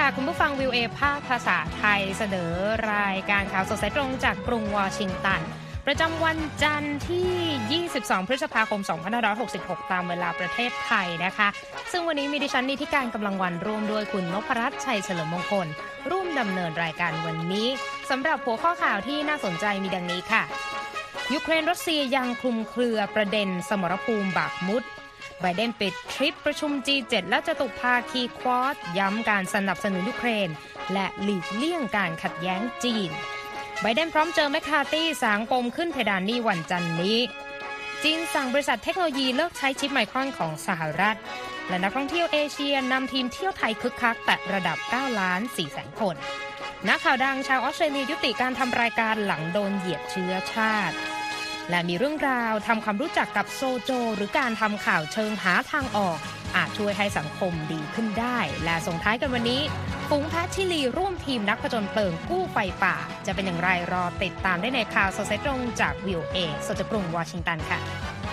ค่ะคุณผู้ฟังวิวเอภาคภาษาไทยเสนอรายการข่าวสดสายตรงจากกรุงวอชิงตันประจำวันจันทร์ที่22พฤษภาคม2566ตามเวลาประเทศไทยนะคะซึ่งวันนี้มีดิฉันนิติการกำลังวันร่วมด้วยคุณนพรัตน์ชัยเฉลิมมงคลร่วมดำเนินรายการวันนี้สำหรับหัวข้อข่าวที่น่าสนใจมีดังนี้ค่ะยูเครนรัสเซียยังคลุมเครือประเด็นสมรภูมิบากมุดไบเดนปิดทริปประชุม G7 และจตุภาคีควอดย้ำการสนับสนุนยูเครนและหลีกเลี่ยงการขัดแย้งจีนไบเดนพร้อมเจอแมคคาร์ตี้สางปมขึ้นเพดานหนี้วันจันทร์นี้จีนสั่งบริษัทเทคโนโลยีเลิกใช้ชิปไมครอนของสหรัฐและนักท่องเที่ยวเอเชียนำทีมเที่ยวไทยคึกคักแต่ระดับ 9,400,000 คนนักข่าวดังชาวออสเตรเลียยุติการทำรายการหลังโดนเหยียดเชื้อชาติและมีเรื่องราวทำความรู้จักกับโซโจหรือการทำข่าวเชิงหาทางออกอาจช่วยให้สังคมดีขึ้นได้และส่งท้ายกันวันนี้ฝูงแพทชิลีร่วมทีมนักผจญเพลิงกู้ไฟป่าจะเป็นอย่างไรรอติดตามได้ในข่าวสดสายตรงจากวิวเอสดจากกรุงวอชิงตันค่ะ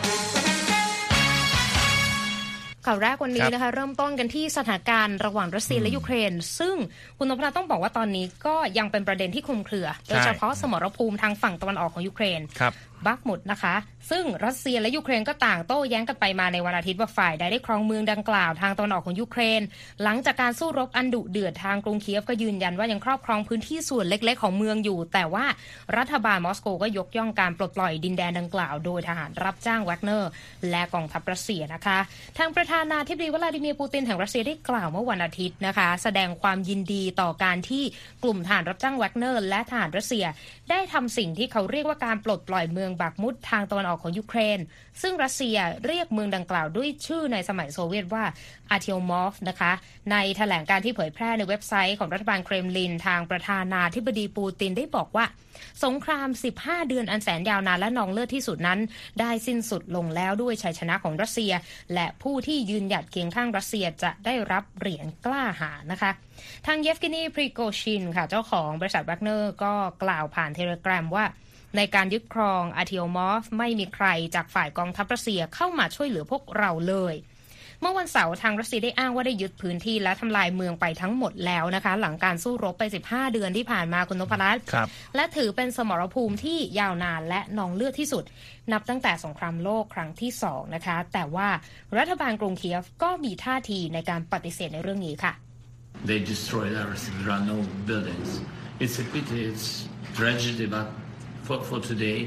ข่าวแรกวันนี้นะคะเริ่มต้นกันที่สถานการณ์ระหว่างรัสเซียและยูเครนซึ่งคุณนพรัตน์ต้องบอกว่าตอนนี้ก็ยังเป็นประเด็นที่คลุมเครือโดยเฉพาะสมรภูมิทางฝั่งตะวันออกของยูเครนบักมุดนะคะซึ่งรัสเซียและยูเครนก็ต่างโต้แย้งกันไปมาในวันอาทิตย์ว่าฝ่ายใดได้ครองเมืองดังกล่าวทางตะวันออกของยูเครนหลังจากการสู้รบอันดุเดือดทางกรุงเคียฟก็ยืนยันว่ายังครอบครองพื้นที่ส่วนเล็กๆของเมืองอยู่แต่ว่ารัฐบาลมอสโกก็ยกย่องการปลดปล่อยดินแดนดังกล่าวโดยทหารรับจ้างแวกเนอร์และกองทัพรัสเซียนะคะทางประธานาธิบดีวลาดิเมียร์ปูตินแห่งรัสเซียได้กล่าวเมื่อวันอาทิตย์นะคะแสดงความยินดีต่อการที่กลุ่มทหารรับจ้างแวกเนอร์และทหารรัสเซียได้ทำสิ่งที่เขาเรียกว่าการปลดปล่อยเมืองบักมุดทางตะวันออกของยูเครนซึ่งรัสเซียเรียกเมืองดังกล่าวด้วยชื่อในสมัยโซเวียตว่าอาร์เทลมอฟนะคะในแถลงการที่เผยแพร่ในเว็บไซต์ของรัฐบาลเครมลินทางประธานาธิบดีปูตินได้บอกว่าสงคราม15เดือนอันแสนยาวนานและนองเลือดที่สุดนั้นได้สิ้นสุดลงแล้วด้วยชัยชนะของรัสเซียและผู้ที่ยืนหยัดเคียงข้างรัสเซียจะได้รับเหรียญกล้าหาญนะคะทางเยฟกินีพรีโกชินค่ะเจ้าของบริษัทแวกเนอร์ก็กล่าวผ่านเทเลกราฟว่าในการยึดครองอาร์เทลมอฟไม่มีใครจากฝ่ายกองทัพรัสเซียเข้ามาช่วยเหลือพวกเราเลยเมื่อวันเสาร์ทางรัสเซียได้อ้างว่าได้ยึดพื้นที่และทำลายเมืองไปทั้งหมดแล้วนะคะหลังการสู้รบไป15เดือนที่ผ่านมาคุณนพรัตน์และถือเป็นสมรภูมิที่ยาวนานและนองเลือดที่สุดนับตั้งแต่สงครามโลกครั้งที่2นะคะแต่ว่ารัฐบาลกรุงเคียฟก็มีท่าทีในการปฏิเสธในเรื่องนี้ค่ะ They destroyed everything. There are no buildings. It's a pity. It's tragedy, but for today,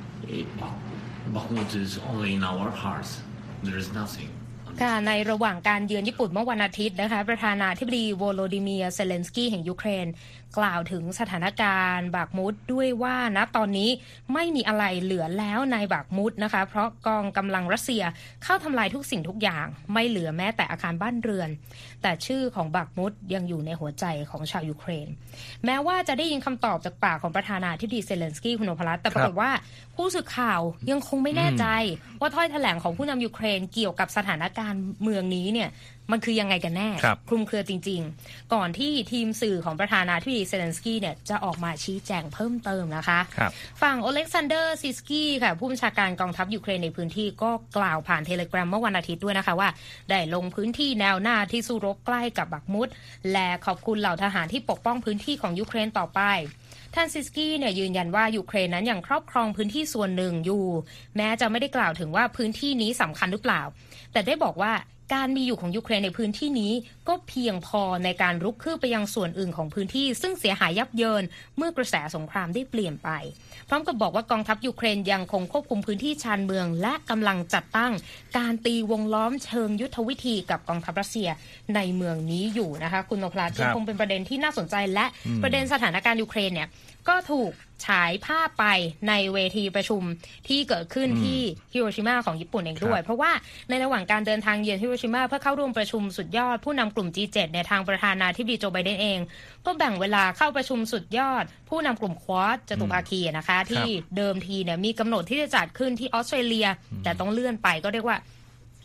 Bakhmut is only in our hearts. There is nothing. ค่ะในระหว่างการเยือนญี่ปุ่นเมื่อวันอาทิตย์นะคะประธานาธิบดีโวโลดิเมียร์เซเลนสกี้แห่งยูเครนกล่าวถึงสถานการณ์บากมุดด้วยว่าณตอนนี้ไม่มีอะไรเหลือแล้วในบากมุดนะคะเพราะกองกำลังรัสเซียเข้าทำลายทุกสิ่งทุกอย่างไม่เหลือแม้แต่อาคารบ้านเรือนแต่ชื่อของบากมุดยังอยู่ในหัวใจของชาวยูเครนแม้ว่าจะได้ยินคำตอบจากปากของประธานาธิบดีเซเลนสกี้คุณนพรัตน์แต่ปรากฏว่าผู้สื่อข่าวยังคงไม่แน่ใจว่าถ้อยแถลงของผู้นำยูเครนเกี่ยวกับสถานการณ์เมืองนี้เนี่ยมันคือยังไงกันแน่คลุมเครือจริงๆก่อนที่ทีมสื่อของประธานาธิบดีเซเลนสกี้เนี่ยจะออกมาชี้แจงเพิ่มเติมนะคะฝั่งโอเล็กซานเดอร์ซิสกี้ค่ะผู้บัญชาการกองทัพยูเครนในพื้นที่ก็กล่าวผ่านเทเลกราฟเมื่อวันอาทิตย์ด้วยนะคะว่าได้ลงพื้นที่แนวหน้าที่สู้รบใกล้กับบักมุดและขอบคุณเหล่าทหารที่ปกป้องพื้นที่ของยูเครนต่อไปท่านซิสกี้เนี่ยยืนยันว่ายูเครนนั้นยังครอบครองพื้นที่ส่วนหนึ่งอยู่แม้จะไม่ได้กล่าวถึงว่าพื้นที่นี้สำคัญหรือเปล่าแต่ได้บอกว่าการมีอยู่ของยูเครนในพื้นที่นี้ก็เพียงพอในการรุกคืบไปยังส่วนอื่นของพื้นที่ซึ่งเสียหายยับเยินเมื่อกระแสสงครามได้เปลี่ยนไปพร้อมกับบอกว่ากองทัพยูเครนยังคงควบคุมพื้นที่ชานเมืองและกำลังจัดตั้งการตีวงล้อมเชิงยุทธวิธีกับกองทัพรัสเซียในเมืองนี้อยู่นะคะคุณนพรัตน์ยังคงเป็นประเด็นที่น่าสนใจและประเด็นสถานการณ์ยูเครนเนี่ยก็ถูกฉายภาพไปในเวทีประชุมที่เกิดขึ้นที่ฮิโรชิมาของญี่ปุ่นเองด้วยเพราะว่าในระหว่างการเดินทางเยือนฮิโรชิมาเพื่อเข้าร่วมประชุมสุดยอดผู้นำกลุ่ม G7 ในทางประธานาธิบดีโจไบเดนเองก็แบ่งเวลาเข้าประชุมสุดยอดผู้นำกลุ่มควอดจตุภาคีนะคะที่เดิมทีเนี่ยมีกำหนดที่จะจัดขึ้นที่ออสเตรเลียแต่ต้องเลื่อนไปก็เรียกว่า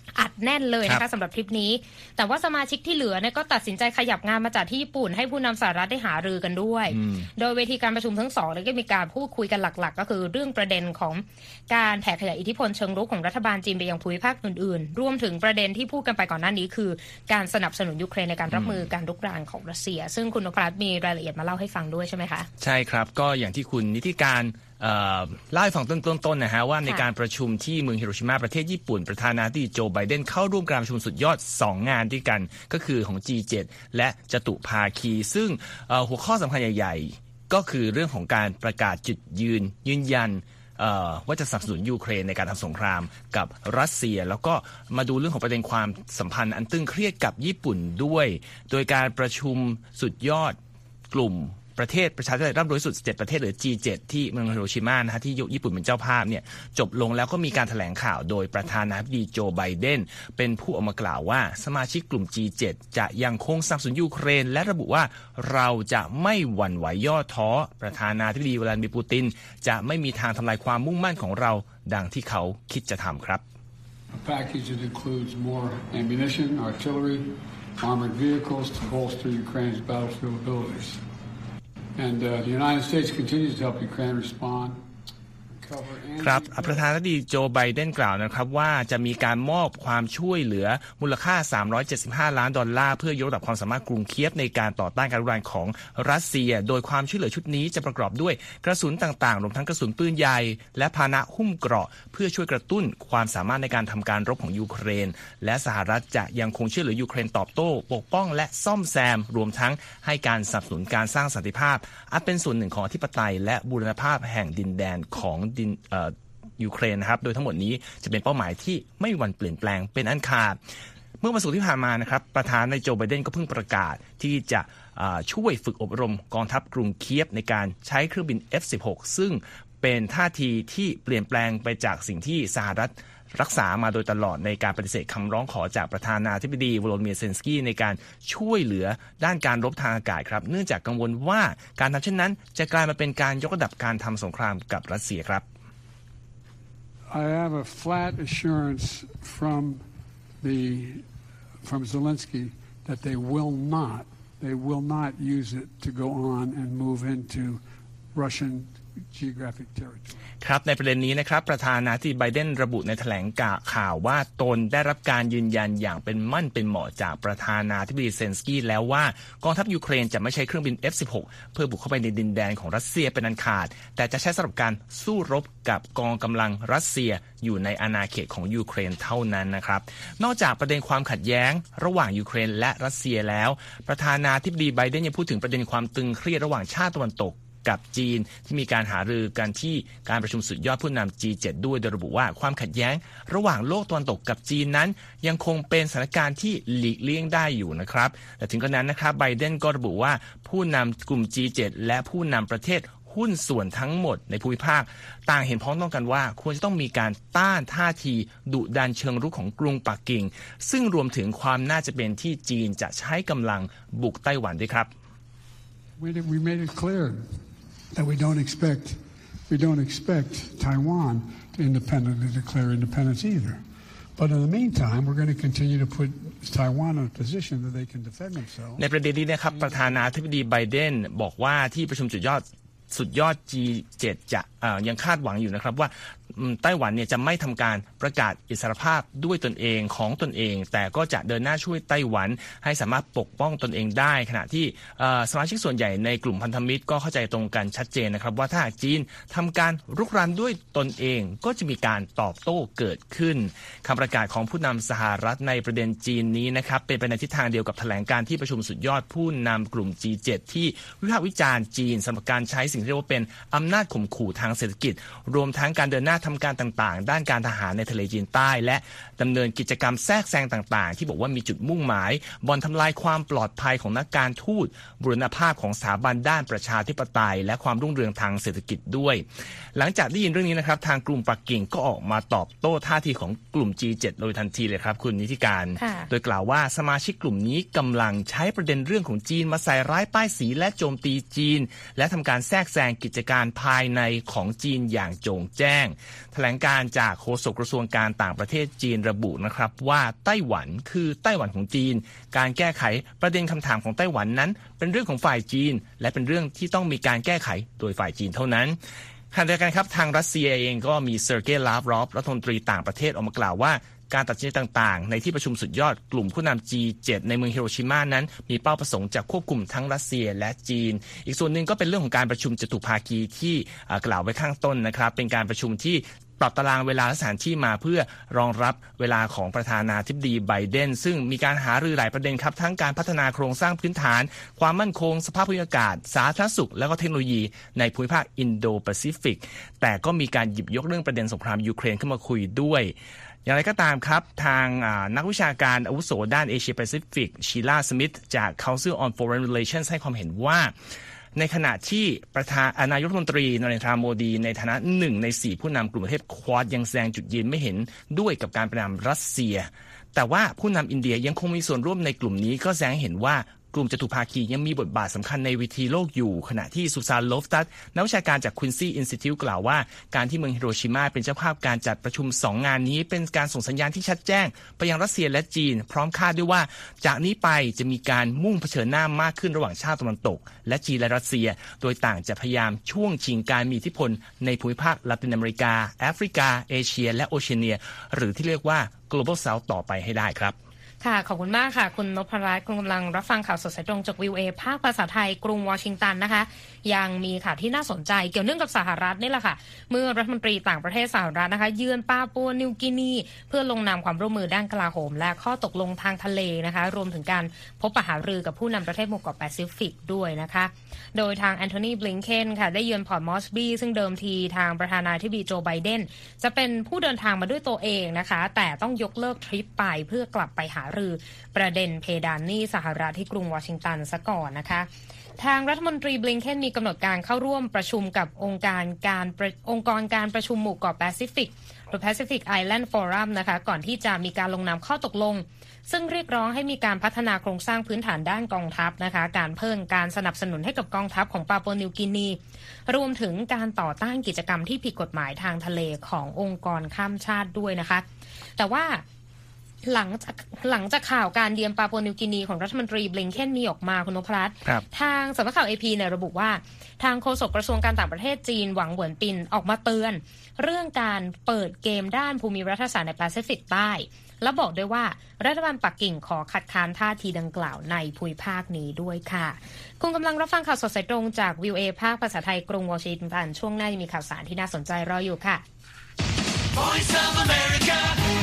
อัดแน่นเลยนะคะสำหรับทริปนี้แต่ว่าสมาชิกที่เหลือเนี่ยก็ตัดสินใจขยับงานมาจากที่ญี่ปุ่นให้ผู้นำสหรัฐได้หารือกันด้วยโดยเวทีการประชุมทั้งสองก็มีการพูดคุยกันหลักๆก็คือเรื่องประเด็นของการแผ่ขยายอิทธิพลเชิงรุกของรัฐบาลจีนไปยังภูมิภาคอื่นๆรวมถึงประเด็นที่พูดกันไปก่อนหน้านี้คือการสนับสนุนยูเครนในการรับมือการรุกรานของรัสเซียซึ่งคุณนพรัตน์มีรายละเอียดมาเล่าให้ฟังด้วยใช่ไหมคะใช่ครับก็อย่างที่คุณนิติการเล่าให้ฟังต้นๆนะฮะว่าในการประชุมที่เมืองฮิโรชิมาประเทศญี่ปุ่นประธานาธิบดีโจไบเดนเข้าร่วมการประชุมสุดยอด2 งานด้วยกันก็คือของ G7 และจตุภาคีซึ่งหัวข้อสำคัญใหญ่ๆก็คือเรื่องของการประกาศจุดยืนยันว่าจะสนับสนุนยูเครนในการทำสงครามกับรัสเซียแล้วก็มาดูเรื่องของประเด็นความสัมพันธ์อันตึงเครียดกับญี่ปุ่นด้วยโดยการประชุมสุดยอดกลุ่มประเทศประชาธิปไตยร่ำรวยสุด7ประเทศหรือ G7 ที่เมืองฮิโรชิมานะฮะที่ญี่ปุ่นเป็นเจ้าภาพเนี่ยจบลงแล้วก็มีการแถลงข่าวโดยประธานาธิบดีโจไบเดนเป็นผู้ออกมากล่าวว่าสมาชิกกลุ่ม G7 จะยังคงสนับสนุนยูเครนและระบุว่าเราจะไม่หวั่นไหวย่อท้อประธานาธิบดีวลาดิเมียร์ปูตินจะไม่มีทางทำลายความมุ่งมั่นของเราดังที่เขาคิดจะทำครับ A package that includes more ammunition, artillery, armored vehicles to bolster Ukraine's battlefield abilities.And the United States continues to help Ukraine respond. ครับประธานาธิบดีโจไบเดนกล่าวนะครับว่าจะมีการมอบความช่วยเหลือมูลค่า$375 ล้านเพื่อยกระดับความสามารถกรุงเคียฟในการต่อต้านการรุกรานของรัสเซียโดยความช่วยเหลือชุดนี้จะประกอบด้วยกระสุนต่างๆรวมทั้งกระสุนปืนใหญ่และพาหนะหุ้มเกราะเพื่อช่วยกระตุ้นความสามารถในการทำการรบของยูเครนและสหรัฐจะยังคงช่วยเหลือยูเครนตอบโต้ปกป้องและซ่อมแซมรวมทั้งให้การสนับสนุนการสร้างสันติภาพอันเป็นส่วนหนึ่งของอธิปไตยและบูรณภาพแห่งดินแดนของยูเครนนะครับโดยทั้งหมดนี้จะเป็นเป้าหมายที่ไม่มีวันเปลี่ยนแปลงเป็นอันขาดเมื่อวันศุกร์ที่ผ่านมานะครับประธานาธิบดีโจไบเดนก็เพิ่งประกาศที่จะช่วยฝึกอบรมกองทัพกรุงเคียฟในการใช้เครื่องบิน F-16 ซึ่งเป็นท่าทีที่เปลี่ยนแปลงไปจากสิ่งที่สหรัฐรักษามาโดยตลอดในการปฏิเสธคำร้องขอจากประธานาธิบดีโวโลดิเมียร์เซเลนสกี้ในการช่วยเหลือด้านการรบทางอากาศครับเนื่องจากกังวลว่าการทำเช่นนั้นจะกลายมาเป็นการยกระดับการทำสงครามกับรัสเซียครับ I have a flat assurance from Zelensky that they will not use it to go on and move into Russian geographic territory ครับในประเด็นนี้นะครับประธานาธิบดีไบเดนระบุในแถลงข่าวว่าตนได้รับการยืนยันอย่างเป็นมั่นเป็นเหมาะจากประธานาธิบดีเซเลนสกี้แล้วว่ากองทัพยูเครนจะไม่ใช้เครื่องบิน F-16 เพื่อบุกเข้าไปในดินแดนของรัสเซียเป็นอันขาดแต่จะใช้สำหรับการสู้รบกับกองกำลังรัสเซียอยู่ในอาณาเขตของยูเครนเท่านั้นนะครับนอกจากประเด็นความขัดแย้งระหว่างยูเครนและรัสเซียแล้วประธานาธิบดีไบเดนยังพูดถึงประเด็นความตึงเครียดระหว่างชาติตะวันตกกับจีนที่มีการหารือกันที่การประชุมสุดยอดผู้นำ G7 ด้วยโดยระบุว่าความขัดแย้งระหว่างโลกตะวันตกกับจีนนั้นยังคงเป็นสถานการณ์ที่หลีกเลี่ยงได้อยู่นะครับแต่ถึงกระนั้นนะครับไบเดนก็ระบุว่าผู้นำกลุ่ม G7 และผู้นำประเทศหุ้นส่วนทั้งหมดในภูมิภาคต่างเห็นพ้องต้องกันว่าควรจะต้องมีการต้านท่าทีดุดันเชิงรุกของกรุงปักกิ่งซึ่งรวมถึงความน่าจะเป็นที่จีนจะใช้กำลังบุกไต้หวันด้วยครับ We made it clear.That we don't expect Taiwan to independently declare independence either. But in the meantime, we're going to continue to put Taiwan in a position that they can defend themselves. ในประเด็นนี้นะครับประธานาธิบดีไบเดนบอกว่าที่ประชุมสุดยอด G7 จะยังคาดหวังอยู่นะครับว่าไต้หวันเนี่ยจะไม่ทำการประกาศอิสรภาพด้วยตนเองของตนเองแต่ก็จะเดินหน้าช่วยไต้หวันให้สามารถปกป้องตนเองได้ขณะที่สมาชิกส่วนใหญ่ในกลุ่มพันธมิตรก็เข้าใจตรงกันชัดเจนนะครับว่าถ้าจีนทำการรุกรานด้วยตนเองก็จะมีการตอบโต้เกิดขึ้นคำประกาศของผู้นำสหรัฐในประเด็นจีนนี้นะครับเป็นไปในทิศทางเดียวกับแถลงการที่ประชุมสุดยอดผู้นำกลุ่ม G7 ที่วิพากษ์วิจารณ์จีนสำหรับการใช้สิ่งที่เรียกว่าเป็นอำนาจข่มขู่ทางเศรษฐกิจรวมทั้งการเดินหน้าทำการต่างๆด้านการทหารในทะเลจีนใต้และดำเนินกิจกรรมแทรกแซงต่างๆที่บอกว่ามีจุดมุ่งหมายบ่อนทำลายความปลอดภัยของนักการทูตบูรณภาพของสถาบันด้านประชาธิปไตยและความรุ่งเรืองทางเศรษฐกิจด้วยหลังจากได้ยินเรื่องนี้นะครับทางกลุ่มปักกิ่งก็ออกมาตอบโต้ท่าทีของกลุ่ม G7 โดยทันทีเลยครับคุณนิติการโดยกล่าวว่าสมาชิกกลุ่มนี้กำลังใช้ประเด็นเรื่องของจีนมาใส่ร้ายป้ายสีและโจมตีจีนและทำการแทรกซงกิจการภายในของจีนอย่างโจ่งแจ้งแถลงการจากโฆษกกระทรวงการต่างประเทศจีนระบุนะครับว่าไต้หวันคือไต้หวันของจีนการแก้ไขประเด็นคำถามของไต้หวันนั้นเป็นเรื่องของฝ่ายจีนและเป็นเรื่องที่ต้องมีการแก้ไขโดยฝ่ายจีนเท่านั้นขณะเดียวกันครับทางรัสเซียเองก็มีเซอร์เกย์ลาฟรอฟรัฐมนตรีต่างประเทศออกมากล่าวว่าการตัดสินใจต่างๆในที่ประชุมสุดยอดกลุ่มผู้นำ G7 ในเมืองฮิโรชิมานั้นมีเป้าประสงค์จะควบคุมทั้งรัสเซียและจีนอีกส่วนหนึ่งก็เป็นเรื่องของการประชุมจตุภาคีที่กล่าวไว้ข้างต้นนะครับเป็นการประชุมที่ปรับตารางเวลาและสถานที่มาเพื่อรองรับเวลาของประธานาธิบดีไบเดนซึ่งมีการหารือหลายประเด็นครับทั้งการพัฒนาโครงสร้างพื้นฐานความมั่นคงสภาพภูมิอากาศสาธารณสุขและก็เทคโนโลยีในภูมิภาคอินโดแปซิฟิกแต่ก็มีการหยิบยกเรื่องประเด็นสงครามยูเครนขึ้นมาคุยด้วยอย่างไรก็ตามครับทางนักวิชาการอาวุโสด้านเอเชียแปซิฟิกชีลาสมิธจาก Council on Foreign Relations ให้ความเห็นว่าในขณะที่นายกรัฐมนตรีนเรนทราโมดีในฐานะ1 ใน 4ผู้นำกลุ่มประเทศควอดยังแสดงจุดยืนไม่เห็นด้วยกับการประนามรัสเซียแต่ว่าผู้นำอินเดียยังคงมีส่วนร่วมในกลุ่มนี้ก็แสดงให้เห็นว่ากลุ่มจตุภาคียังมีบทบาทสำคัญในเวทีโลกอยู่ขณะที่ซูซานโลฟตัสนักวิชาการจากควินซีอินสติทิวต์กล่าวว่าการที่เมืองฮิโรชิมาเป็นเจ้าภาพการจัดประชุม2 งานนี้เป็นการส่งสัญญาณที่ชัดแจ้งไปยังรัสเซียและจีนพร้อมคาดด้วยว่าจากนี้ไปจะมีการมุ่งเผชิญหน้ามากขึ้นระหว่างชาติตะวันตกและจีนและรัสเซียโดยต่างจะพยายามช่วงชิงการมีอิทธิพลในภูมิภาคละตินอเมริกาแอฟริกาเอเชียและโอเชียเนียหรือที่เรียกว่า Global South ต่อไปให้ได้ครับค่ะขอบคุณมากค่ะคุณนพรัตน์คุณกำลังรับฟังข่าวสดสายตรงจากวิวเอภาคภาษาไทยกรุงวอชิงตันนะคะยังมีข่าวที่น่าสนใจเกี่ยวเนื่องกับสหรัฐนี่แหละค่ะเมื่อรัฐมนตรีต่างประเทศสหรัฐนะคะเยือนปาปัวนิวกินีเพื่อลงนามความร่วมมือด้านกลาโหมและข้อตกลงทางทะเลนะคะรวมถึงการพบปะหารือกับผู้นำประเทศหมู่เกาะแปซิฟิกด้วยนะคะโดยทางแอนโทนีบลิงเคนค่ะได้เยือนพอร์ตมอสบีซึ่งเดิมทีทางประธานาธิบดีโจไบเดนจะเป็นผู้เดินทางมาด้วยตัวเองนะคะแต่ต้องยกเลิกทริปไปเพื่อกลับไปหารือประเด็นเพดานหนี้สหรัฐที่กรุงวอชิงตันซะก่อนนะคะทางรัฐมนตรีบลิงเคนมีกำหนดการเข้าร่วมประชุมกับองค์กรการประชุมหมู่เกาะแปซิฟิกหรือ Pacific Island Forum นะคะก่อนที่จะมีการลงนามข้อตกลงซึ่งเรียกร้องให้มีการพัฒนาโครงสร้างพื้นฐานด้านกองทัพนะคะการเพิ่มการสนับสนุนให้กับกองทัพของปาปัวนิวกินีรวมถึงการต่อต้านกิจกรรมที่ผิดกฎหมายทางทะเลขององค์กรข้ามชาติด้วยนะคะแต่ว่าหลังจากข่าวการเยือนปาปัวนิวกินีของรัฐมนตรีบลิงเคนมีออกมาคุณนพรัตน์ทางสำนักข่าว AP เนี่ยระบุว่าทางโฆษกกระทรวงการต่างประเทศจีนหวังเหวินปินออกมาเตือนเรื่องการเปิดเกมด้านภูมิรัฐศาสตร์ในแปซิฟิกใต้และบอกด้วยว่ารัฐบาลปักกิ่งขอคัดค้านท่าทีดังกล่าวในภูมิภาคนี้ด้วยค่ะคุณกำลังรับฟังข่าวสดสายตรงจากวิวเอภาคภาษาไทยกรุงวอชิงตันช่วงหน้ามีข่าวสารที่น่าสนใจรออยู่ค่ะ Voice of America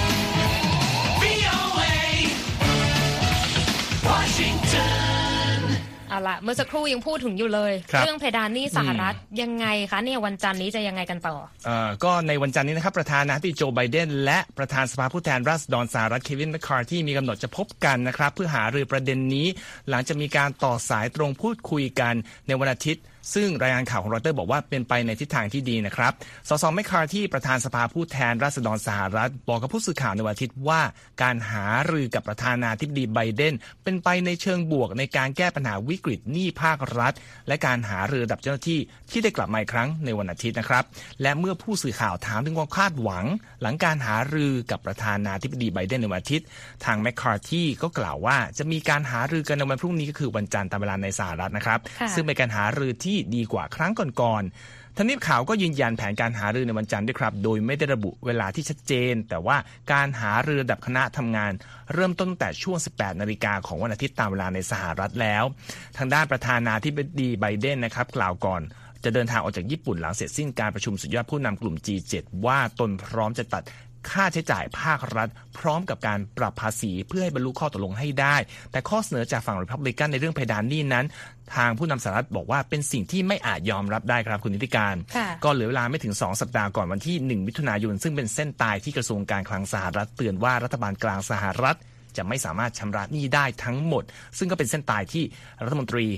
เอาละเมื่อสักครู่ยังพูดถึงอยู่เลยเรื่องเพดานหนี้สหรัฐยังไงคะเนี่ยวันจันทร์นี้จะยังไงกันต่อก็ในวันจันทร์นี้นะครับประธานาธิบดีโจไบเดนและประธานสภาผู้แทนราษฎรสหรัฐเควินแมคคาร์ธีมีกำหนดจะพบกันนะครับเพื่อหารือประเด็นนี้หลังจะมีการต่อสายตรงพูดคุยกันในวันอาทิตย์ซึ่งรายงานข่าวของรอยเตอร์บอกว่าเป็นไปในทิศทางที่ดีนะครับสสแมคคาร์ธีประธานสภาผู้แทนราษฎรสหรัฐบอกกับผู้สื่อข่าวในวันอาทิตย์ว่าการหารือกับประธานาธิบดีไบเดนเป็นไปในเชิงบวกในการแก้ปัญหาวิกฤตหนี้ภาครัฐและการหารือระดับเจ้าหน้าที่ที่ได้กลับมาอีกครั้งในวันอาทิตย์นะครับและเมื่อผู้สื่อข่าวถามถึงความคาดหวังหลังการหารือกับประธานาธิบดีไบเดนในวันอาทิตย์ทางแมคคาร์ธีก็กล่าวว่าจะมีการหารือกันในวันพรุ่งนี้ก็คือวันจันทร์ตามเวลาในสหรัฐนะครับซึ่งเป็นการหารือที่ดีกว่าครั้งก่อนๆทำเนียบขาวก็ยืนยันแผนการหารือในวันจันทร์ด้วยครับโดยไม่ได้ระบุเวลาที่ชัดเจนแต่ว่าการหารือระดับคณะทำงานเริ่มต้นแต่ช่วง 18 นาฬิกาของวันอาทิตย์ตามเวลาในสหรัฐแล้วทางด้านประธานาธิบดีไบเดนนะครับกล่าวก่อนจะเดินทางออกจากญี่ปุ่นหลังเสร็จสิ้นการประชุมสุดยอดผู้นำกลุ่ม G7 ว่าตนพร้อมจะตัดค่าใช้จ่ายภาครัฐพร้อมกับการปรับภาษีเพื่อให้บรรลุข้อตกลงให้ได้แต่ข้อเสนอจากฝั่งรีพับลิกันในเรื่องเพดานหนี้นั้นทางผู้นำสหรัฐบอกว่าเป็นสิ่งที่ไม่อาจยอมรับได้ครับคุณนิติการก็เหลือเวลาไม่ถึง2สัปดาห์ก่อนวันที่1มิถุนายนซึ่งเป็นเส้นตายที่กระทรวงการคลังสหรัฐเตือนว่ารัฐบาลกลางสหรัฐจะไม่สามารถชำระหนี้ได้ทั้งหมดซึ่งก็เป็นเส้นตายที่รัฐมนตรี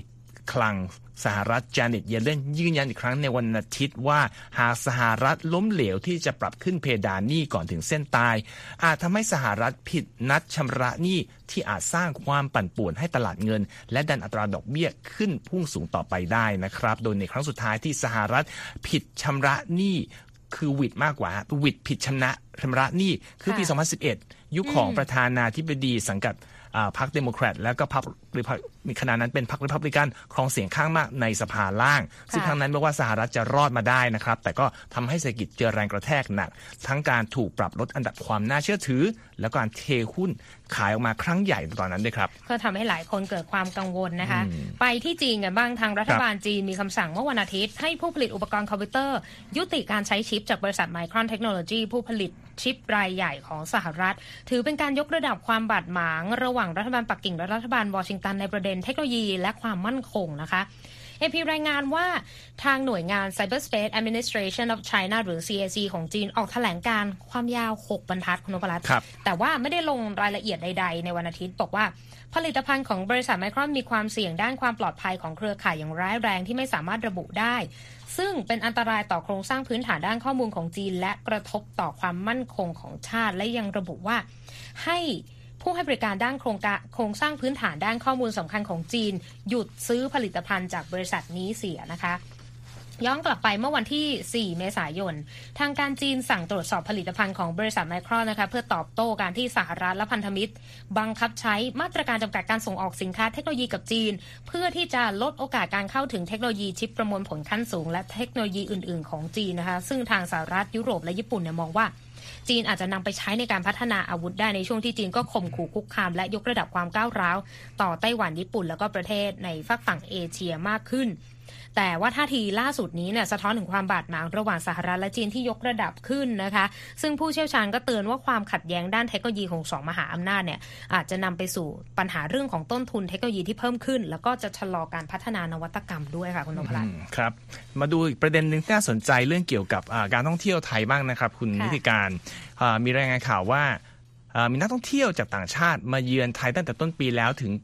คลังสหรัฐจาเน็ตเยเลนยืนยันอีกครั้งในวันอาทิตย์ว่าหากสหรัฐล้มเหลวที่จะปรับขึ้นเพดานหนี้ก่อนถึงเส้นตายอาจทำให้สหรัฐผิดนัดชำระหนี้ที่อาจสร้างความปั่นป่วนให้ตลาดเงินและดันอัตราดอกเบี้ยขึ้นพุ่งสูงต่อไปได้นะครับโดยในครั้งสุดท้ายที่สหรัฐผิดชำระหนี้คือวิดมากกว่าวิดผิดชำระหนี้คือปี 2011 ยุคของประธานาธิบดีสังกัดพรรคเดโมแครตแล้วก็พรรคมีขณะนั้นเป็นพรรครีพับลิกันครองเสียงข้างมากในสภาล่างซึ่งครั้งนั้นแม้ว่าสหรัฐจะรอดมาได้นะครับแต่ก็ทำให้เศรษฐกิจเจอแรงกระแทกหนักทั้งการถูกปรับลดอันดับความน่าเชื่อถือและการเทหุ้นขายออกมาครั้งใหญ่ตอนนั้นด้วยครับก็ทำให้หลายคนเกิดความกังวลนะคะไปที่จีนกันบ้างทางรัฐบาลจีนมีคำสั่งเมื่อวันอาทิตย์ให้ผู้ผลิตอุปกรณ์คอมพิวเตอร์ยุติการใช้ชิปจากบริษัทไมครอนเทคโนโลยีผู้ผลิตชิปรายใหญ่ของสหรัฐถือเป็นการยกระดับความบาดหมางระหว่างรัฐบาลปักกิ่งและรัฐบาลวอชิงตันในประเด็นเทคโนโลยีและความมั่นคงนะคะAP รายงานว่าทางหน่วยงาน Cyberspace Administration of China หรือ CAC ของจีนออกแถลงการความยาว6บรรทัดคุณนพรัตน์แต่ว่าไม่ได้ลงรายละเอียดใดๆในวันอาทิตย์บอกว่าผลิตภัณฑ์ของบริษัทไมครอนมีความเสี่ยงด้านความปลอดภัยของเครือข่ายอย่างร้ายแรงที่ไม่สามารถระบุได้ซึ่งเป็นอันตรายต่อโครงสร้างพื้นฐานด้านข้อมูลของจีนและกระทบต่อความมั่นคงของชาติและยังระบุว่าให้ผู้ให้บริการด้านโครงสร้างพื้นฐานด้านข้อมูลสำคัญของจีนหยุดซื้อผลิตภัณฑ์จากบริษัทนี้เสียนะคะย้อนกลับไปเมื่อวันที่4เมษายนทางการจีนสั่งตรวจสอบผลิตภัณฑ์ของบริษัทไมครอนนะคะเพื่อตอบโต้การที่สหรัฐและพันธมิตรบังคับใช้มาตรการจำกัดการส่งออกสินค้าเทคโนโลยีกับจีนเพื่อที่จะลดโอกาสการเข้าถึงเทคโนโลยีชิปประมวลผลขั้นสูงและเทคโนโลยีอื่นๆของจีนนะคะซึ่งทางสหรัฐยุโรปและญี่ปุ่นเนี่ยมองว่าจีนอาจจะนำไปใช้ในการพัฒนาอาวุธได้ในช่วงที่จีนก็ข่มขู่คุกคามและยกระดับความก้าวร้าวต่อไต้หวันญี่ปุ่นแล้วก็ประเทศในฝั่งฝั่งเอเชียมากขึ้นแต่ว่าท่าทีล่าสุดนี้เนี่ยสะท้อนถึงความบาดหมางระหว่างสหรัฐและจีนที่ยกระดับขึ้นนะคะซึ่งผู้เชี่ยวชาญก็เตือนว่าความขัดแย้งด้านเทคโนโลยีของ2มหาอำนาจเนี่ยอาจจะนำไปสู่ปัญหาเรื่องของต้นทุนเทคโนโลยีที่เพิ่มขึ้นแล้วก็จะชะลอการพัฒนานวัตกรรมด้วยค่ะคุณนพรัตน์ครับมาดูอีกประเด็นนึงที่น่าสนใจเรื่องเกี่ยวกับการท่องเที่ยวไทยบ้างนะครับคุณนิติการมีรายงานข่าวว่ามีนักท่องเที่ยวจากต่างชาติมาเยือนไทยตั้งแต่ต้นปีแล้วถึง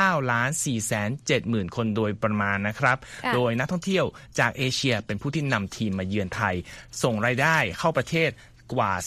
9,470,000 คนโดยประมาณนะครับโดยนักท่องเที่ยวจากเอเชียเป็นผู้ที่นำทีมมาเยือนไทยส่งรายได้เข้าประเทศกว่า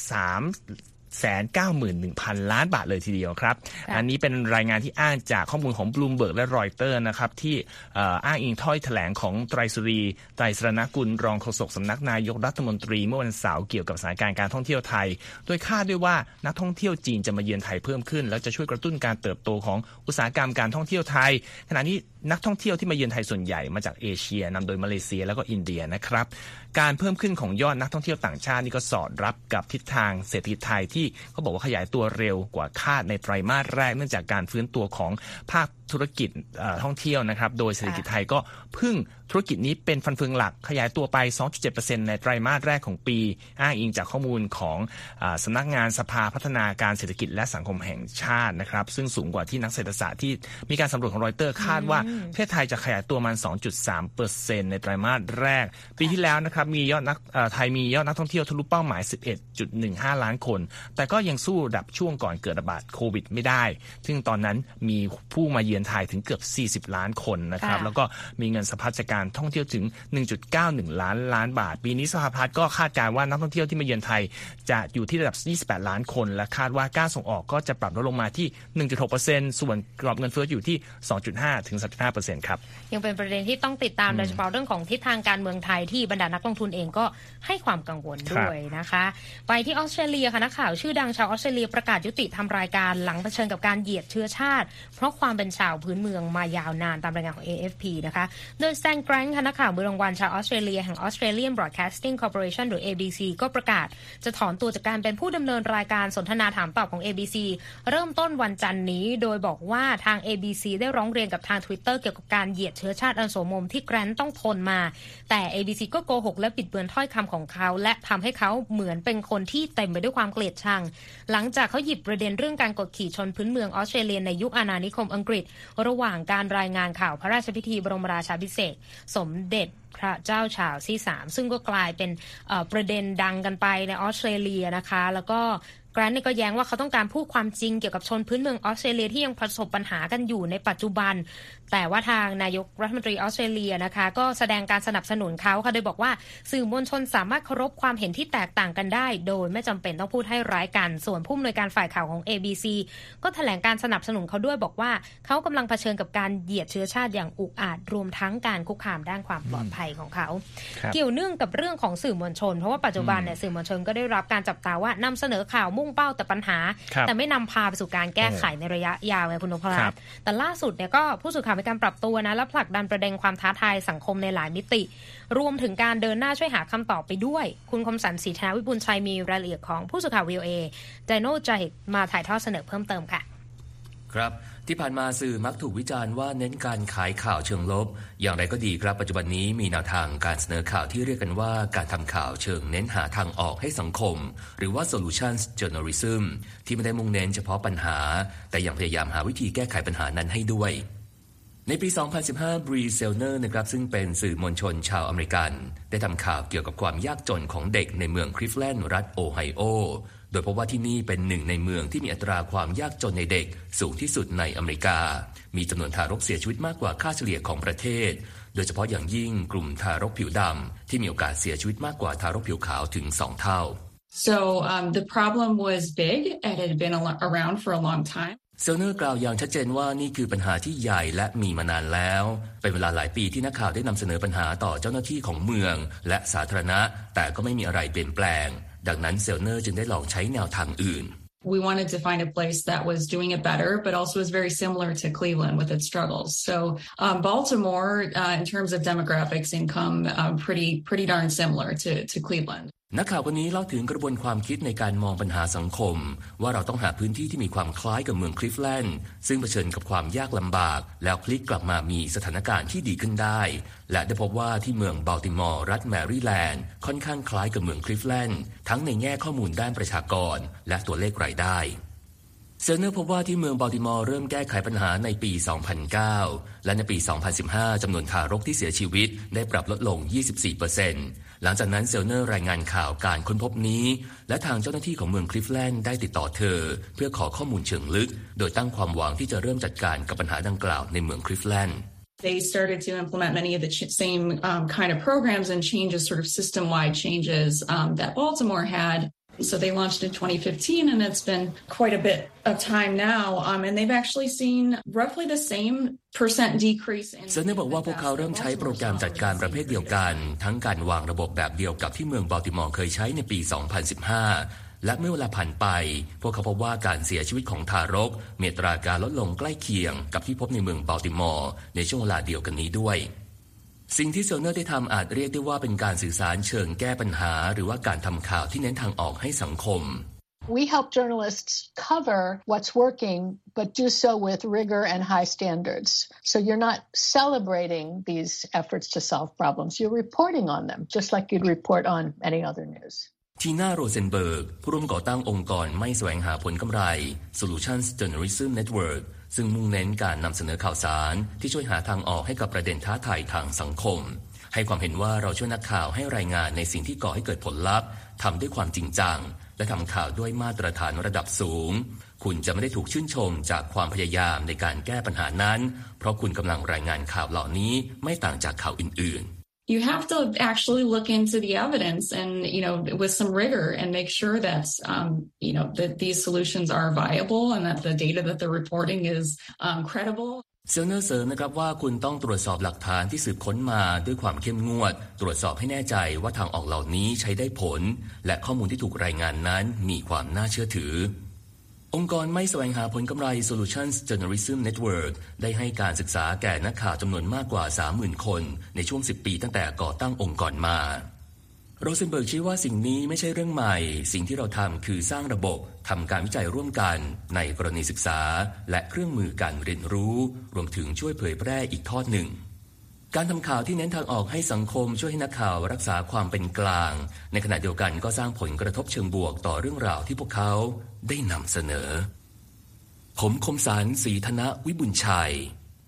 391,000 ล้านบาทเลยทีเดียวครับอันนี้เป็นรายงานที่อ้างจากข้อมูลของ Bloomberg และ Reuters นะครับที่อ้างอิงถ้อยแถลงของไตรสุรีไตรสรณกุลรองโฆษกสำนักนายกรัฐมนตรีเมื่อวันเสาร์เกี่ยวกับสถานการณ์การท่องเที่ยวไทยโดยคาดด้วยว่านักท่องเที่ยวจีนจะมาเยือนไทยเพิ่มขึ้นแล้วจะช่วยกระตุ้นการเติบโตของอุตสาหกรรมการท่องเที่ยวไทยขณะนี้นักท่องเที่ยวที่มาเยือนไทยส่วนใหญ่มาจากเอเชียนำโดยมาเลเซียแล้วก็อินเดียนะครับการเพิ่มขึ้นของยอดนักท่องเที่ยวต่างชาตินี่ก็สอดรับกับทิศทางเศรษฐกิจไทยที่เขาบอกว่าขยายตัวเร็วกว่าคาดในไตรมาสแรกเนื่องจากการฟื้นตัวของภาคธุรกิจท่องเที่ยวนะครับโดยเศรษฐกิจไทยก็พึ่งธุรกิจนี้เป็นฟันเฟืองหลักขยายตัวไป 2.7% ในไตรมาสแรกของปีอ้างอิงจากข้อมูลของสำนักงานสภาพัฒนาการเศรษฐกิจและสังคมแห่งชาตินะครับซึ่งสูงกว่าที่นักเศรษฐศาสตร์ที่มีการสำรวจของรอยเตอร์คาดว่าประเทศไทยจะขยายตัวมัน 2.3% ในไตรมาสแรกปีที่แล้วนะครับมียอดไทยมียอดนักท่องเที่ยวทะลุเป้าหมาย 11.15 ล้านคนแต่ก็ยังสู้ระดับช่วงก่อนเกิดระบาดโควิดไม่ได้ซึ่งตอนนั้นมีผู้มาเยือนไทยถึงเกือบ40ล้านคนนะครับแล้วก็มีเงินสะพัดจากการท่องเที่ยวถึง 1.91 ล้านบาทปีนี้สภาพัฒน์ก็คาดการณ์ว่านักท่องเที่ยวที่มาเยือนไทยจะอยู่ที่ระดับ28ล้านคนและคาดว่าการส่งออกก็จะปรับลดลงมาที่ 1.6% ส่วนกรอบเงินเฟ้ออยู่ที่ 2.5 ถึง 3.5% ครับยังเป็นประเด็นที่ต้องติดตามโดยเฉพาะเรื่องของทิศทางการเมืองไทยที่บรรดานักลงทุนเองก็ให้ความกังวลด้วยนะคะไปที่ออสเตรเลียค่ะนักข่าวชื่อดังชาวออสเตรเลียประกาศยุติทำรายการหลังเผชิญกับการเหยียดเชื้อชาติเพราะความเป็นชาวพื้นเมืองมายาวนานตามรายงานของ AFP นะคะโดยสแตนแกรนท์นักข่าวมือรางวัลชาวออสเตรเลียแห่ง Australian Broadcasting Corporation หรือ ABC ก็ประกาศจะถอนตัวจากการเป็นผู้ดำเนินรายการสนทนาถามตอบของ ABC เริ่มต้นวันจันทร์นี้โดยบอกว่าทาง ABC ได้ร้องเรียนกับทาง Twitter เกี่ยวกับการเหยียดเชื้อชาติอันโสมมที่แกรนท์ต้องทนมาแต่ ABC ก็โกหกและปิดเบือนถ้อยคำของเขาและทำให้เขาเหมือนเป็นคนที่เต็มไปด้วยความเกลียดชังหลังจากเขาหยิบประเด็นเรื่องการกดขี่ชนพื้นเมืองออสเตรเลียในยุคอาณานิคมอังกฤษระหว่างการรายงานข่าวพระราชพิธีบรมราชาภิเษกสมเด็จพระเจ้าชาร์ลส์ที่ 3ซึ่งก็กลายเป็นประเด็นดังกันไปในออสเตรเลียนะคะแล้วก็แกรนท์ก็แย้งว่าเขาต้องการพูดความจริงเกี่ยวกับชนพื้นเมืองออสเตรเลียที่ยังประสบปัญหากันอยู่ในปัจจุบันแต่ว่าทางนายกรัฐมนตรีออสเตรเลียนะคะก็แสดงการสนับสนุนเขาค่ะโดยบอกว่าสื่อมวลชนสามารถเคารพความเห็นที่แตกต่างกันได้โดยไม่จำเป็นต้องพูดให้ร้ายกันส่วนผู้อำนวยการฝ่ายข่าวของ ABC ก็แถลงการสนับสนุนเขาด้วยบอกว่าเขากำลังเผชิญกับการเหยียดเชื้อชาติอย่างอุกอาจรวมทั้งการคุกคามด้านความปลอดภัยของเขาเกี่ยวเนื่องกับเรื่องของสื่อมวลชนเพราะว่าปัจจุบันเนี่ยสื่อมวลชนก็ได้รับการจับตาว่านำเสนอข่าวมุ่งเป้าแต่ปัญหาแต่ไม่นำพาไปสู่การแก้ไขในระยะยาวไงคุณนพรัตน์แต่ล่าสุดเนี่ยก็ผู้สื่อข่าวมีการปรับตัวนะและผลักดันประเด็นความท้าทายสังคมในหลายมิติรวมถึงการเดินหน้าช่วยหาคำตอบไปด้วยคุณคมสันต์ ศรีธนาวิบูลย์ชัยมีรายละเอียดของผู้สื่อข่าว VOA ไดโน่จาฮิดมาถ่ายทอดเสนอเพิ่มเติมค่ะครับที่ผ่านมาสื่อมักถูกวิจารณ์ว่าเน้นการขายข่าวเชิงลบอย่างไรก็ดีครับปัจจุบันนี้มีแนวทางการเสนอข่าวที่เรียกกันว่าการทำข่าวเชิงเน้นหาทางออกให้สังคมหรือว่า solutions journalism ที่ไม่ได้มุ่งเน้นเฉพาะปัญหาแต่ยังพยายามหาวิธีแก้ไขปัญหานั้นให้ด้วยในปี 2015 บรีเซลเนอร์นะครับซึ่งเป็นสื่อมวลชนชาวอเมริกันได้ทำข่าวเกี่ยวกับความยากจนของเด็กในเมืองคลิฟแลนด์รัฐโอไฮโอโดยพบว่าที่นี่เป็นหนึ่งในเมืองที่มีอัตราความยากจนในเด็กสูงที่สุดในอเมริกามีจำนวนทารกเสียชีวิตมากกว่าค่าเฉลี่ยของประเทศโดยเฉพาะอย่างยิ่งกลุ่มทารกผิวดำที่มีโอกาสเสียชีวิตมากกว่าทารกผิวขาวถึง2 เท่า So the problem was big and it had been around for a long time เซลเนอร์กล่าวอย่างชัดเจนว่านี่คือปัญหาที่ใหญ่และมีมานานแล้วเป็นเวลาหลายปีที่นักข่าวได้นำเสนอปัญหาต่อเจ้าหน้าที่ของเมืองและสาธารณะแต่ก็ไม่มีอะไรเปลี่ยนแปลงดังนั้นเซลเนอร์จึงได้ลองใช้แนวทางอื่น We wanted to find a place that was doing it better, but also was very similar to Cleveland with its struggles. So Baltimore, in terms of demographics, income, pretty darn similar to Cleveland. นักข่าวคนนี้เล่าถึงกระบวนความคิดในการมองปัญหาสังคมว่าเราต้องหาพื้นที่ที่มีความคล้ายกับเมืองคลิฟแลนด์ซึ่งเผชิญกับความยากลำบากแล้วพลิกกลับมามีสถานการณ์ที่ดีขึ้นได้และได้พบว่าที่เมืองบัลติมอร์รัฐแมริแลนด์ค่อนข้างคล้ายกับเมืองคลิฟแลนด์ทั้งในแง่ข้อมูลด้านประชากรและตัวเลขรายได้เซลเนอร์พบว่าที่เมืองบัลติมอร์เริ่มแก้ไขปัญหาในปี 2009 และในปี 2015 จำนวนทารกที่เสียชีวิตได้ปรับลดลง 24%หลังจากนั้นเซลเนอร์รายงานข่าวการค้นพบนี้และทางเจ้าหน้าที่ของเมืองคลิฟแลนด์ได้ติดต่อเธอเพื่อขอข้อมูลเชิงลึกโดยตั้งความหวังที่จะเริ่มจัดการกับปัญหาดังกล่าวในเมืองคลิฟแลนด์ They started to implement many of the same kind of programs and changes, sort of system-wide changes that Baltimore had.So they launched in 2015 and it's been quite a bit of time now and they've actually seen roughly the same percent decrease in เซนเนอร์บอกว่าพวกเขาเริ่มใช้โปรแกรมจัดการประเภทเดียวกันทั้งการวางระบบแบบเดียวกับที่เมืองบัลติมอร์เคยใช้ในปี 2015 และเมื่อเวลาผ่านไปพวกเขาพบว่าการเสียชีวิตของทารกมีอัตราการลดลงใกล้เคียงกับที่พบในเมืองบัลติมอร์ในช่วงเวลาเดียวกันนี้ด้วยสิ่งที่เซลเนอร์ได้ทำอาจเรียกได้ว่าเป็นการสื่อสารเชิงแก้ปัญหาหรือว่าการทำข่าวที่เน้นทางออกให้สังคม We help journalists cover what's working, but do so with rigor and high standards. So you're not celebrating these efforts to solve problems. You're reporting on them, just like you'd report on any other news. ทีน่าโรเซนเบิร์กผู้ร่วมก่อตั้งองค์กรไม่แสวงหาผลกำไร Solutions Journalism Network ซึ่งมุ่งเน้นการนำเสนอข่าวสารที่ช่วยหาทางออกให้กับประเด็นท้าทายทางสังคมให้ความเห็นว่าเราช่วยนักข่าวให้รายงานในสิ่งที่ก่อให้เกิดผลลัพธ์ทำด้วยความจริงจังและทำข่าวด้วยมาตรฐานระดับสูงคุณจะไม่ได้ถูกชื่นชมจากความพยายามในการแก้ปัญหานั้นเพราะคุณกำลังรายงานข่าวเหล่านี้ไม่ต่างจากข่าวอื่นๆ You have to actually look into the evidence and, with some rigor and make sure that, that these solutions are viable and that the data that they're reporting is credible. เซลเนอร์เสริมนะครับว่าคุณต้องตรวจสอบหลักฐานที่สืบค้นมาด้วยความเข้มงวดตรวจสอบให้แน่ใจว่าทางออกเหล่านี้ใช้ได้ผลและข้อมูลที่ถูกรายงานนั้นมีความน่าเชื่อถือองค์กรไม่แสวงหาผลกำไร Solutions Journalism Network ได้ให้การศึกษาแก่นักข่าวจำนวนมากกว่า 30,000 คนในช่วง10 ปีตั้งแต่ก่อตั้งองค์กรมาโรเซนเบิร์กชี้ว่าสิ่งนี้ไม่ใช่เรื่องใหม่สิ่งที่เราทำคือสร้างระบบทำการวิจัยร่วมกันในกรณีศึกษาและเครื่องมือการเรียนรู้รวมถึงช่วยเผยแพร่อีกทอดหนึ่งการทำข่าวที่เน้นทางออกให้สังคมช่วยให้นักข่าวรักษาความเป็นกลางในขณะเดียวกันก็สร้างผลกระทบเชิงบวกต่อเรื่องราวที่พวกเขาได้นำเสนอผมคมสันต์ ศรีธนวิบุญชัย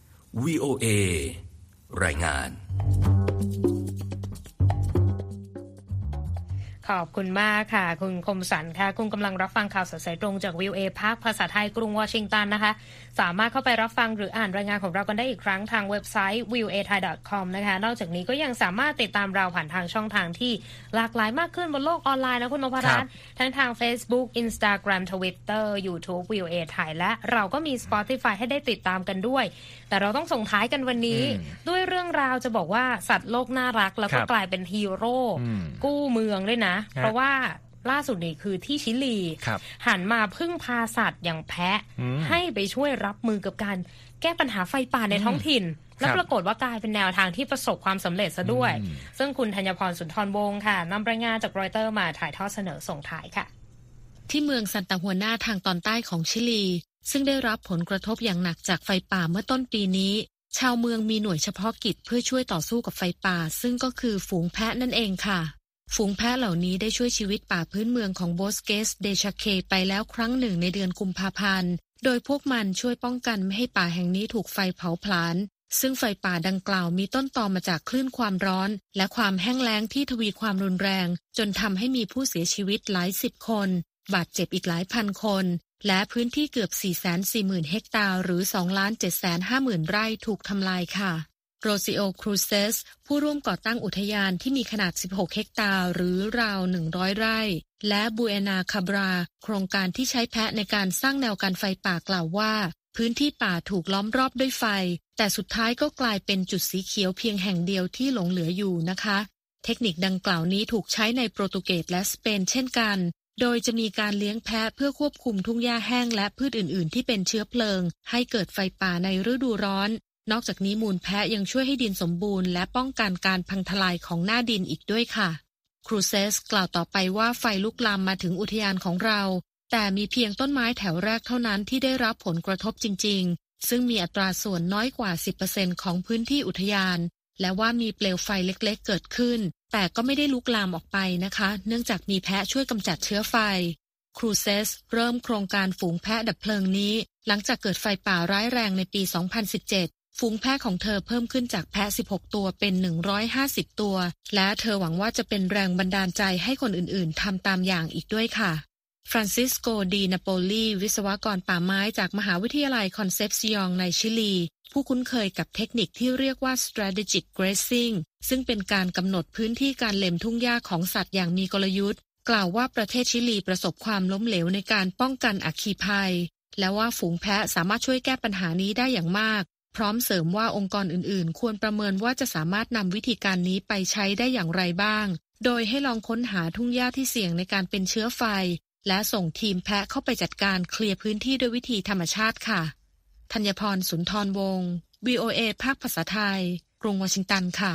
VOA รายงานขขอบคุณมากค่ะคุณคมสันค่ะคุณกำลังรับฟังข่าวสดสายตรงจาก VOA ภาคภาษาไทยกรุงวอชิงตันนะคะสามารถเข้าไปรับฟังหรืออ่านรายงานของเรากันได้อีกครั้งทางเว็บไซต์ voathai.com นะคะนอกจากนี้ก็ยังสามารถติดตามเราผ่านทางช่องทางที่หลากหลายมากขึ้นบนโลกออนไลน์นะคุณนพรัตน์ทั้งทาง Facebook Instagram Twitter YouTube VOA ไทยและเราก็มี Spotify ให้ได้ติดตามกันด้วยแต่เราต้องส่งท้ายกันวันนี้ด้วยเรื่องราวจะบอกว่าสัตว์โลกน่ารักแล้วก็กลายเป็นฮีโร่กู้เมืองด้วยนะเพราะว่าล่าสุดนี่คือที่ชิลีหันมาพึ่งพาสัตว์อย่างแพะให้ไปช่วยรับมือกับการแก้ปัญหาไฟป่าในท้องถิ่นและปรากฏว่ากลายเป็นแนวทางที่ประสบความสำเร็จซะด้วยซึ่งคุณธัญพรสุนทรวงศ์ค่ะนำรายงานจากรอยเตอร์มาถ่ายทอดเสนอส่งท้ายค่ะที่เมืองซันตาฮัวนาทางตอนใต้ของชิลีซึ่งได้รับผลกระทบอย่างหนักจากไฟป่าเมื่อต้นปีนี้ชาวเมืองมีหน่วยเฉพาะกิจเพื่อช่วยต่อสู้กับไฟป่าซึ่งก็คือฝูงแพะนั่นเองค่ะฝูงแพะเหล่านี้ได้ช่วยชีวิตป่าพื้นเมืองของโบสเกสเดชาเคไปแล้วครั้งหนึ่งในเดือนกุมภาพันธ์โดยพวกมันช่วยป้องกันไม่ให้ป่าแห่งนี้ถูกไฟเผาผลาญซึ่งไฟป่าดังกล่าวมีต้นตอมาจากคลื่นความร้อนและความแห้งแล้งที่ทวีความรุนแรงจนทำให้มีผู้เสียชีวิตหลายสิบคนบาดเจ็บอีกหลายพันคนและพื้นที่เกือบ 440,000 เฮกตาร์หรือ 2,750,000 ไร่ถูกทำลายค่ะโรซิโอ ครูเซสผู้ร่วมก่อตั้งอุทยานที่มีขนาด 16 เฮกตาร์หรือราว 100 ไร่และบูเอนาคาบราโครงการที่ใช้แพะในการสร้างแนวกันไฟป่ากล่าวว่าพื้นที่ป่าถูกล้อมรอบด้วยไฟแต่สุดท้ายก็กลายเป็นจุดสีเขียวเพียงแห่งเดียวที่หลงเหลืออยู่นะคะเทคนิคดังกล่าวนี้ถูกใช้ในโปรตุเกสและสเปนเช่นกันโดยจะมีการเลี้ยงแพะเพื่อควบคุมทุ่งหญ้าแห้งและพืชอื่นๆที่เป็นเชื้อเพลิงให้เกิดไฟป่าในฤดูร้อนนอกจากนี้มูลแพะยังช่วยให้ดินสมบูรณ์และป้องกันการพังทลายของหน้าดินอีกด้วยค่ะครูเซสกล่าวต่อไปว่าไฟลุกลามมาถึงอุทยานของเราแต่มีเพียงต้นไม้แถวแรกเท่านั้นที่ได้รับผลกระทบจริงๆซึ่งมีอัตราส่วนน้อยกว่า 10% ของพื้นที่อุทยานและว่ามีเปลวไฟเล็กๆเกิดขึ้นแต่ก็ไม่ได้ลุกลามออกไปนะคะเนื่องจากมีแพะช่วยกำจัดเชื้อไฟครูเซสเริ่มโครงการฝูงแพะดับเพลิงนี้หลังจากเกิดไฟป่าร้ายแรงในปี 2017ฝูงแพะของเธอเพิ่มขึ้นจากแพะ16ตัวเป็น150ตัวและเธอหวังว่าจะเป็นแรงบันดาลใจให้คนอื่นๆทำตามอย่างอีกด้วยค่ะฟรานซิสโก ดีนาโปลีวิศวกรป่าไม้จากมหาวิทยาลัยคอนเซปซิองในชิลีผู้คุ้นเคยกับเทคนิคที่เรียกว่า strategic grazing ซึ่งเป็นการกำหนดพื้นที่การเล็มทุ่งหญ้าของสัตว์อย่างมีกลยุทธ์กล่าวว่าประเทศชิลีประสบความล้มเหลวในการป้องกันอัคคีภัยและว่าฝูงแพะสามารถช่วยแก้ปัญหานี้ได้อย่างมากพร้อมเสริมว่าองค์กรอื่นๆควรประเมินว่าจะสามารถนำวิธีการนี้ไปใช้ได้อย่างไรบ้างโดยให้ลองค้นหาทุ่งหญ้าที่เสี่ยงในการเป็นเชื้อไฟและส่งทีมแพะเข้าไปจัดการเคลียร์พื้นที่ด้วยวิธีธรรมชาติค่ะธัญพรสุนทรวงศ์ VOA ภาคภาษาไทยกรุงวอชิงตันค่ะ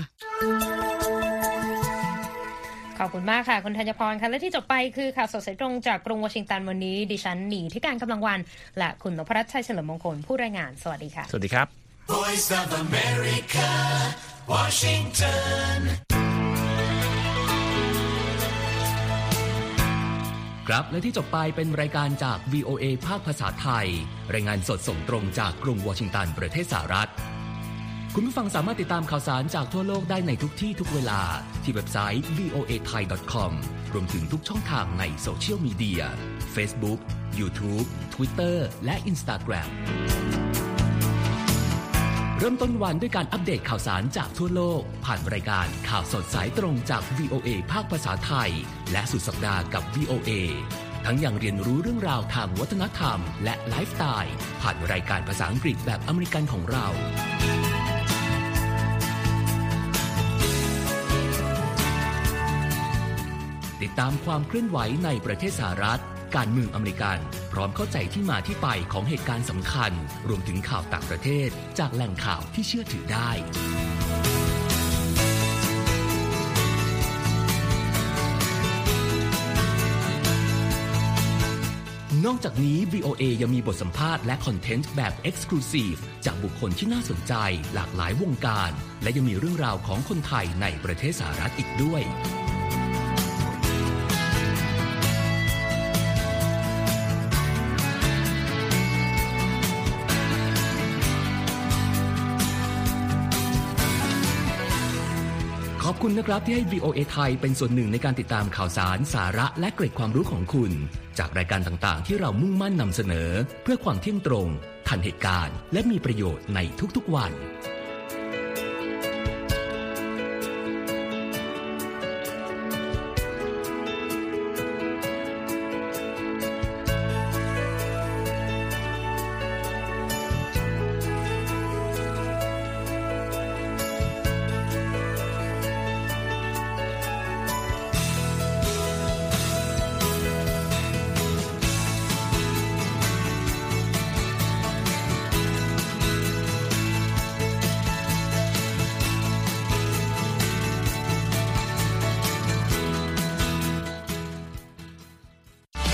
ขอบคุณมากค่ะคุณธัญพรค่ะและที่จบไปคือข่าวสดสายตรงจากกรุงวอชิงตันวันนี้ดิฉันหนีที่การกำลังวันและคุณนพรัตน์ชัยเฉลิมมงคลผู้รายงานสวัสดีค่ะสวัสดีครับ Voice of America Washington ครับและที่จบไปเป็นรายการจาก VOA ภาคภาษาไทยรายงานสดส่งตรงจากกรุงวอชิงตันประเทศสหรัฐคุณผู้ฟังสามารถติดตามข่าวสารจากทั่วโลกได้ในทุกที่ทุกเวลาที่เว็บไซต์ voathai.com รวมถึงทุกช่องทางในโซเชียลมีเดีย Facebook YouTube Twitter และ Instagram เริ่มต้นวันด้วยการอัปเดตข่าวสารจากทั่วโลกผ่านรายการข่าวสดสายตรงจาก VOA ภาคภาษาไทยและสุดสัปดาห์กับ VOA ทั้งยังเรียนรู้เรื่องราวทางวัฒนธรรมและไลฟ์สไตล์ผ่านรายการภาษาอังกฤษแบบอเมริกันของเราติดตามความเคลื่อนไหวในประเทศสหรัฐการเมืองอเมริกันพร้อมเข้าใจที่มาที่ไปของเหตุการณ์สำคัญรวมถึงข่าวต่างประเทศจากแหล่งข่าวที่เชื่อถือได้นอกจากนี้ VOA ยังมีบทสัมภาษณ์และคอนเทนต์แบบ Exclusive จากบุคคลที่น่าสนใจหลากหลายวงการและยังมีเรื่องราวของคนไทยในประเทศสหรัฐอีกด้วยขอบอบคุณนะครับที่ให้ VOA ไทยเป็นส่วนหนึ่งในการติดตามข่าวสารสาระและเกร็ดความรู้ของคุณจากรายการต่างๆที่เรามุ่งมั่นนำเสนอเพื่อความเที่ยงตรงทันเหตุการณ์และมีประโยชน์ในทุกๆวัน